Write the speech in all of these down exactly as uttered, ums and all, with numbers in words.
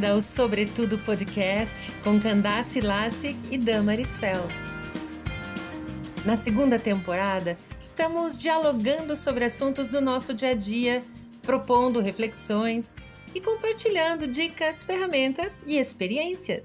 bem-vinda ao Sobretudo Podcast com Candace Lassig e Damaris Feld. Na segunda temporada, estamos dialogando sobre assuntos do nosso dia a dia, propondo reflexões e compartilhando dicas, ferramentas e experiências.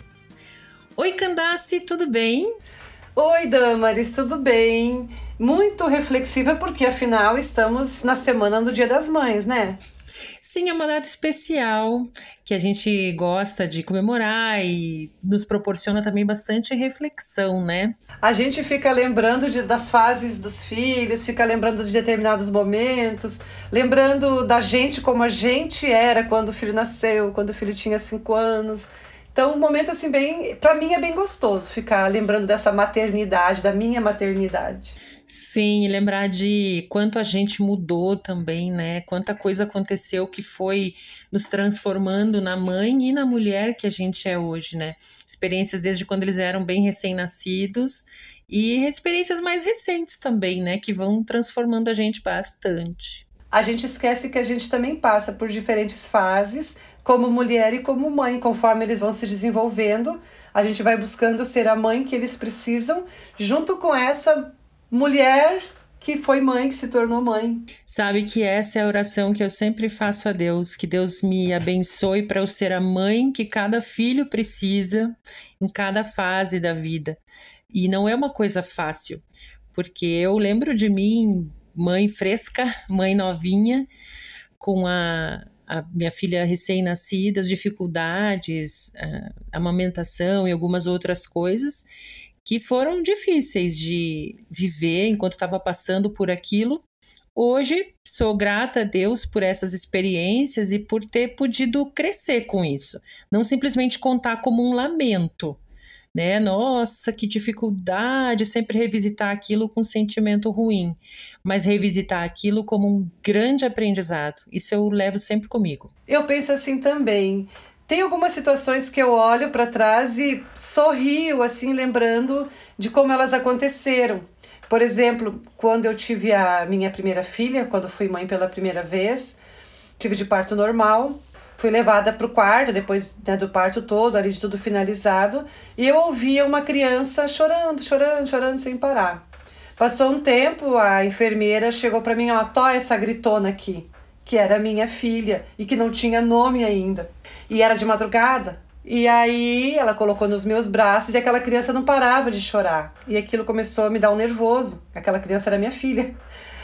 Oi, Candace, tudo bem? Oi, Damaris, tudo bem? Muito reflexiva porque, afinal, estamos na semana do Dia das Mães, né? Sim, é uma data especial que a gente gosta de comemorar e nos proporciona também bastante reflexão, né? A gente fica lembrando de, das fases dos filhos, fica lembrando de determinados momentos, lembrando da gente como a gente era quando o filho nasceu, quando o filho tinha cinco anos. Então, um momento assim bem, para mim é bem gostoso ficar lembrando dessa maternidade, da minha maternidade. Sim, e lembrar de quanto a gente mudou também, né? Quanta coisa aconteceu que foi nos transformando na mãe e na mulher que a gente é hoje, né? Experiências desde quando eles eram bem recém-nascidos e experiências mais recentes também, né? Que vão transformando a gente bastante. A gente esquece que a gente também passa por diferentes fases, como mulher e como mãe, conforme eles vão se desenvolvendo. A gente vai buscando ser a mãe que eles precisam, junto com essa mulher que foi mãe, que se tornou mãe. Sabe que essa é a oração que eu sempre faço a Deus, que Deus me abençoe para eu ser a mãe que cada filho precisa em cada fase da vida. E não é uma coisa fácil, porque eu lembro de mim, mãe fresca, mãe novinha, com a, a minha filha recém-nascida, as dificuldades, a amamentação e algumas outras coisas que foram difíceis de viver enquanto estava passando por aquilo. Hoje, sou grata a Deus por essas experiências e por ter podido crescer com isso. Não simplesmente contar como um lamento, né? Nossa, que dificuldade, sempre revisitar aquilo com um sentimento ruim, mas revisitar aquilo como um grande aprendizado. Isso eu levo sempre comigo. Eu penso assim também. Tem algumas situações que eu olho para trás e sorrio, assim, lembrando de como elas aconteceram. Por exemplo, quando eu tive a minha primeira filha, quando fui mãe pela primeira vez, tive de parto normal, fui levada para o quarto, depois, né, do parto todo, ali de tudo finalizado, e eu ouvia uma criança chorando, chorando, chorando sem parar. Passou um tempo, a enfermeira chegou para mim, ó, tó essa gritona aqui, que era minha filha e que não tinha nome ainda. E era de madrugada. E aí ela colocou nos meus braços e aquela criança não parava de chorar. E aquilo começou a me dar um nervoso. Aquela criança era minha filha.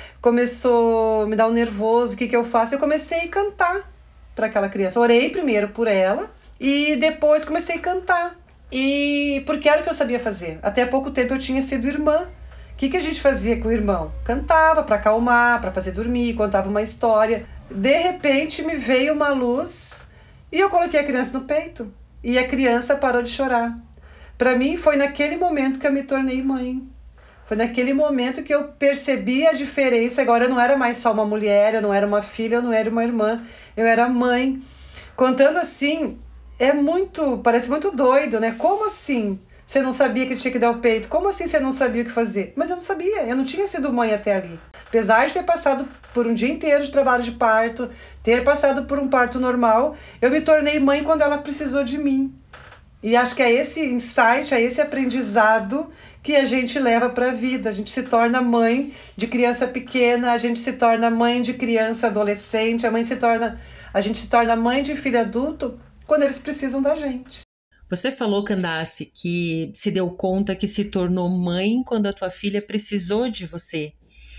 Começou a me dar um nervoso. O que, que eu faço? Eu comecei a cantar para aquela criança. Orei primeiro por ela e depois comecei a cantar. E porque era o que eu sabia fazer. Até há pouco tempo eu tinha sido irmã. O que, que a gente fazia com o irmão? Cantava para acalmar, para fazer dormir, contava uma história. De repente me veio uma luz e eu coloquei a criança no peito. E a criança parou de chorar. Para mim foi naquele momento que eu me tornei mãe. Foi naquele momento que eu percebi a diferença. Agora eu não era mais só uma mulher, eu não era uma filha, eu não era uma irmã. Eu era mãe. Contando assim, é muito, parece muito doido, né? Como assim? Você não sabia que tinha que dar o peito? Como assim você não sabia o que fazer? Mas eu não sabia, eu não tinha sido mãe até ali. Apesar de ter passado por um dia inteiro de trabalho de parto, ter passado por um parto normal, eu me tornei mãe quando ela precisou de mim. E acho que é esse insight, é esse aprendizado que a gente leva para a vida. A gente se torna mãe de criança pequena, a gente se torna mãe de criança adolescente, a, mãe se torna, a gente se torna mãe de filho adulto quando eles precisam da gente. Você falou, Candace, que se deu conta que se tornou mãe quando a tua filha precisou de você.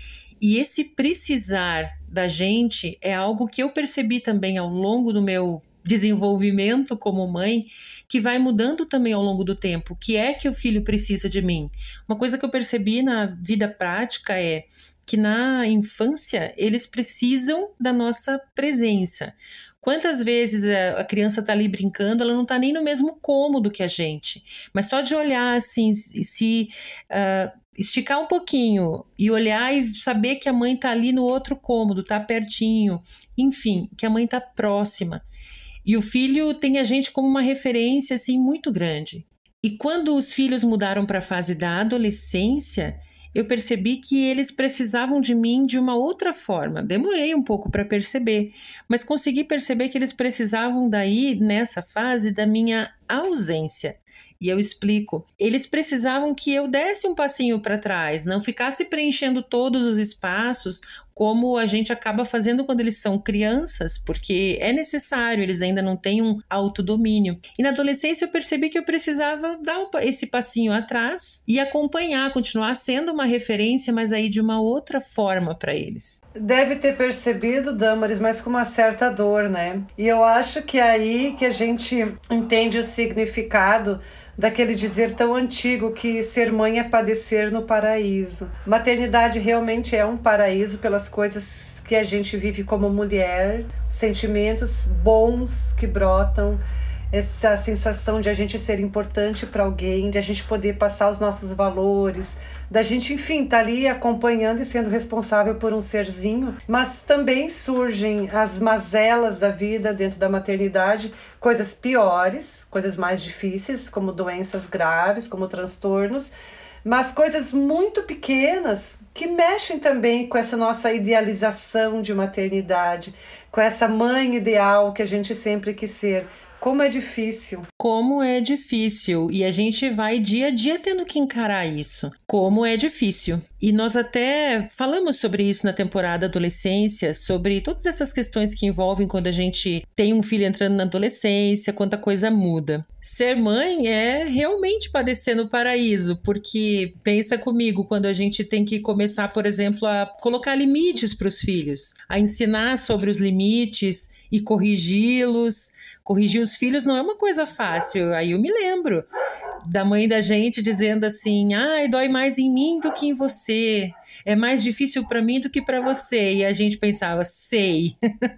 E esse precisar da gente é algo que eu percebi também ao longo do meu desenvolvimento como mãe, que vai mudando também ao longo do tempo. O que é que o filho precisa de mim? Uma coisa que eu percebi na vida prática é que na infância eles precisam da nossa presença. Quantas vezes a criança está ali brincando, ela não está nem no mesmo cômodo que a gente, mas só de olhar assim, se uh, esticar um pouquinho e olhar e saber que a mãe está ali no outro cômodo, está pertinho, enfim, que a mãe está próxima. E o filho tem a gente como uma referência assim muito grande. E quando os filhos mudaram para a fase da adolescência, eu percebi que eles precisavam de mim de uma outra forma. Demorei um pouco para perceber, mas consegui perceber que eles precisavam daí, nessa fase, da minha ausência. E eu explico. Eles precisavam que eu desse um passinho para trás, não ficasse preenchendo todos os espaços, como a gente acaba fazendo quando eles são crianças, porque é necessário, eles ainda não têm um autodomínio. E na adolescência eu percebi que eu precisava dar esse passinho atrás e acompanhar, continuar sendo uma referência, mas aí de uma outra forma para eles. Deve ter percebido, Damaris, mas com uma certa dor, né? E eu acho que é aí que a gente entende o significado daquele dizer tão antigo que ser mãe é padecer no paraíso. Maternidade realmente é um paraíso pelas coisas que a gente vive como mulher, sentimentos bons que brotam, essa sensação de a gente ser importante para alguém, de a gente poder passar os nossos valores, da gente, enfim, tá ali acompanhando e sendo responsável por um serzinho, mas também surgem as mazelas da vida dentro da maternidade, coisas piores, coisas mais difíceis, como doenças graves, como transtornos, mas coisas muito pequenas que mexem também com essa nossa idealização de maternidade, com essa mãe ideal que a gente sempre quis ser. Como é difícil. Como é difícil. E a gente vai dia a dia tendo que encarar isso. Como é difícil. E nós até falamos sobre isso na temporada Adolescência, sobre todas essas questões que envolvem quando a gente tem um filho entrando na adolescência, quanta coisa muda. Ser mãe é realmente padecer no paraíso, porque pensa comigo, quando a gente tem que começar, por exemplo, a colocar limites para os filhos, a ensinar sobre os limites e corrigi-los. Corrigir os filhos não é uma coisa fácil. Aí eu me lembro da mãe da gente dizendo assim: ai, dói mais em mim do que em você. É mais difícil para mim do que para você. E a gente pensava, sei.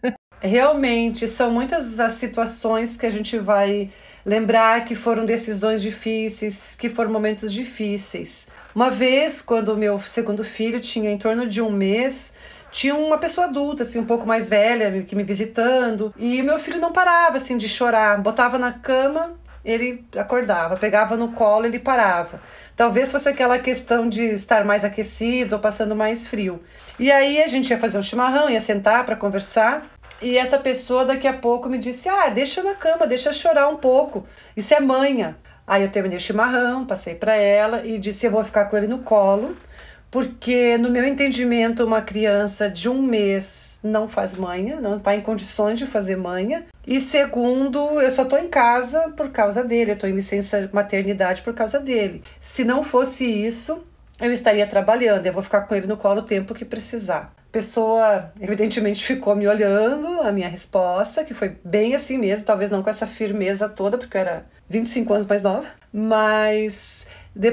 Realmente, são muitas as situações que a gente vai lembrar que foram decisões difíceis, que foram momentos difíceis. Uma vez, quando o meu segundo filho tinha em torno de um mês, tinha uma pessoa adulta, assim, um pouco mais velha, que me visitando, e o meu filho não parava, assim, de chorar. Botava na cama, ele acordava, pegava no colo, ele parava. Talvez fosse aquela questão de estar mais aquecido ou passando mais frio. E aí a gente ia fazer um chimarrão, ia sentar para conversar, e essa pessoa daqui a pouco me disse: ah, deixa na cama, deixa chorar um pouco, isso é manha. Aí eu terminei o chimarrão, passei para ela e disse: eu vou ficar com ele no colo, porque no meu entendimento uma criança de um mês não faz manha, não está em condições de fazer manha. E segundo, eu só estou em casa por causa dele, eu estou em licença maternidade por causa dele. Se não fosse isso, eu estaria trabalhando, eu vou ficar com ele no colo o tempo que precisar. A pessoa evidentemente ficou me olhando a minha resposta, que foi bem assim mesmo, talvez não com essa firmeza toda, porque eu era vinte e cinco anos mais nova, mas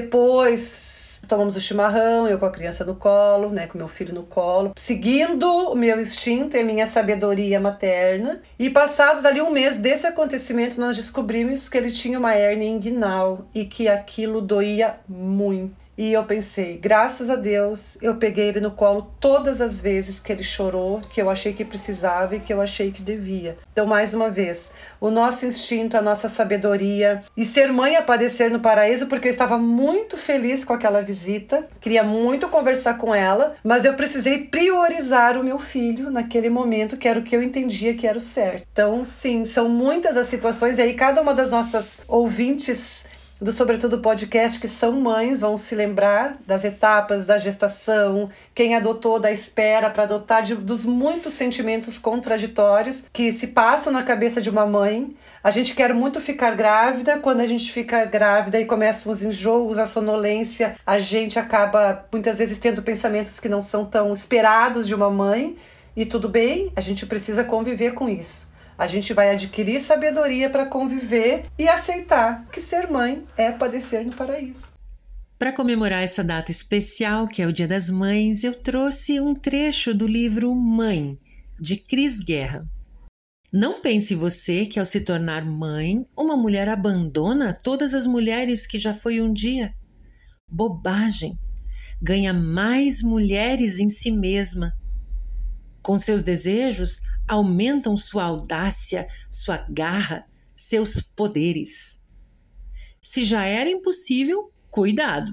depois tomamos o chimarrão, eu com a criança no colo, né, com meu filho no colo, seguindo o meu instinto e a minha sabedoria materna. E passados ali um mês desse acontecimento, nós descobrimos que ele tinha uma hérnia inguinal e que aquilo doía muito. E eu pensei, graças a Deus, eu peguei ele no colo todas as vezes que ele chorou, que eu achei que precisava e que eu achei que devia. Então, mais uma vez, o nosso instinto, a nossa sabedoria e ser mãe é padecer no paraíso, porque eu estava muito feliz com aquela visita, queria muito conversar com ela, mas eu precisei priorizar o meu filho naquele momento, que era o que eu entendia que era o certo. Então, sim, são muitas as situações, e aí cada uma das nossas ouvintes do Sobretudo Podcast, que são mães, vão se lembrar das etapas da gestação, quem adotou, da espera para adotar, de, dos muitos sentimentos contraditórios que se passam na cabeça de uma mãe. A gente quer muito ficar grávida, quando a gente fica grávida e começam os enjoos, a sonolência, a gente acaba muitas vezes tendo pensamentos que não são tão esperados de uma mãe, e tudo bem, a gente precisa conviver com isso. A gente vai adquirir sabedoria para conviver e aceitar que ser mãe é padecer no paraíso. Para comemorar essa data especial, que é o Dia das Mães, eu trouxe um trecho do livro Mãe, de Cris Guerra. Não pense você que ao se tornar mãe, uma mulher abandona todas as mulheres que já foi um dia. Bobagem! Ganha mais mulheres em si mesma. Com seus desejos, aumentam sua audácia, sua garra, seus poderes. Se já era impossível, cuidado!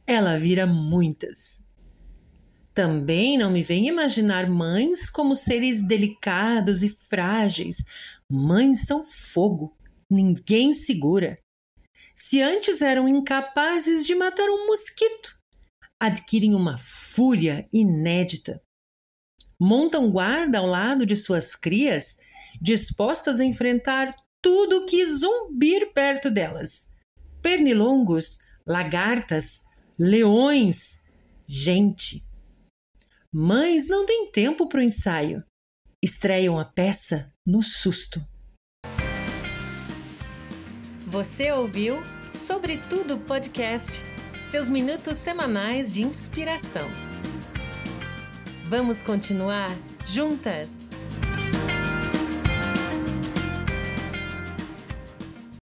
ela vira muitas. Também não me vem imaginar mães como seres delicados e frágeis. Mães são fogo, ninguém segura. Se antes eram incapazes de matar um mosquito, adquirem uma fúria inédita. Montam guarda ao lado de suas crias, dispostas a enfrentar tudo que zumbir perto delas. Pernilongos, lagartas, leões, gente. Mães não têm tempo para o ensaio. Estreiam a peça no susto. Você ouviu Sobretudo Podcast, seus minutos semanais de inspiração. Vamos continuar juntas?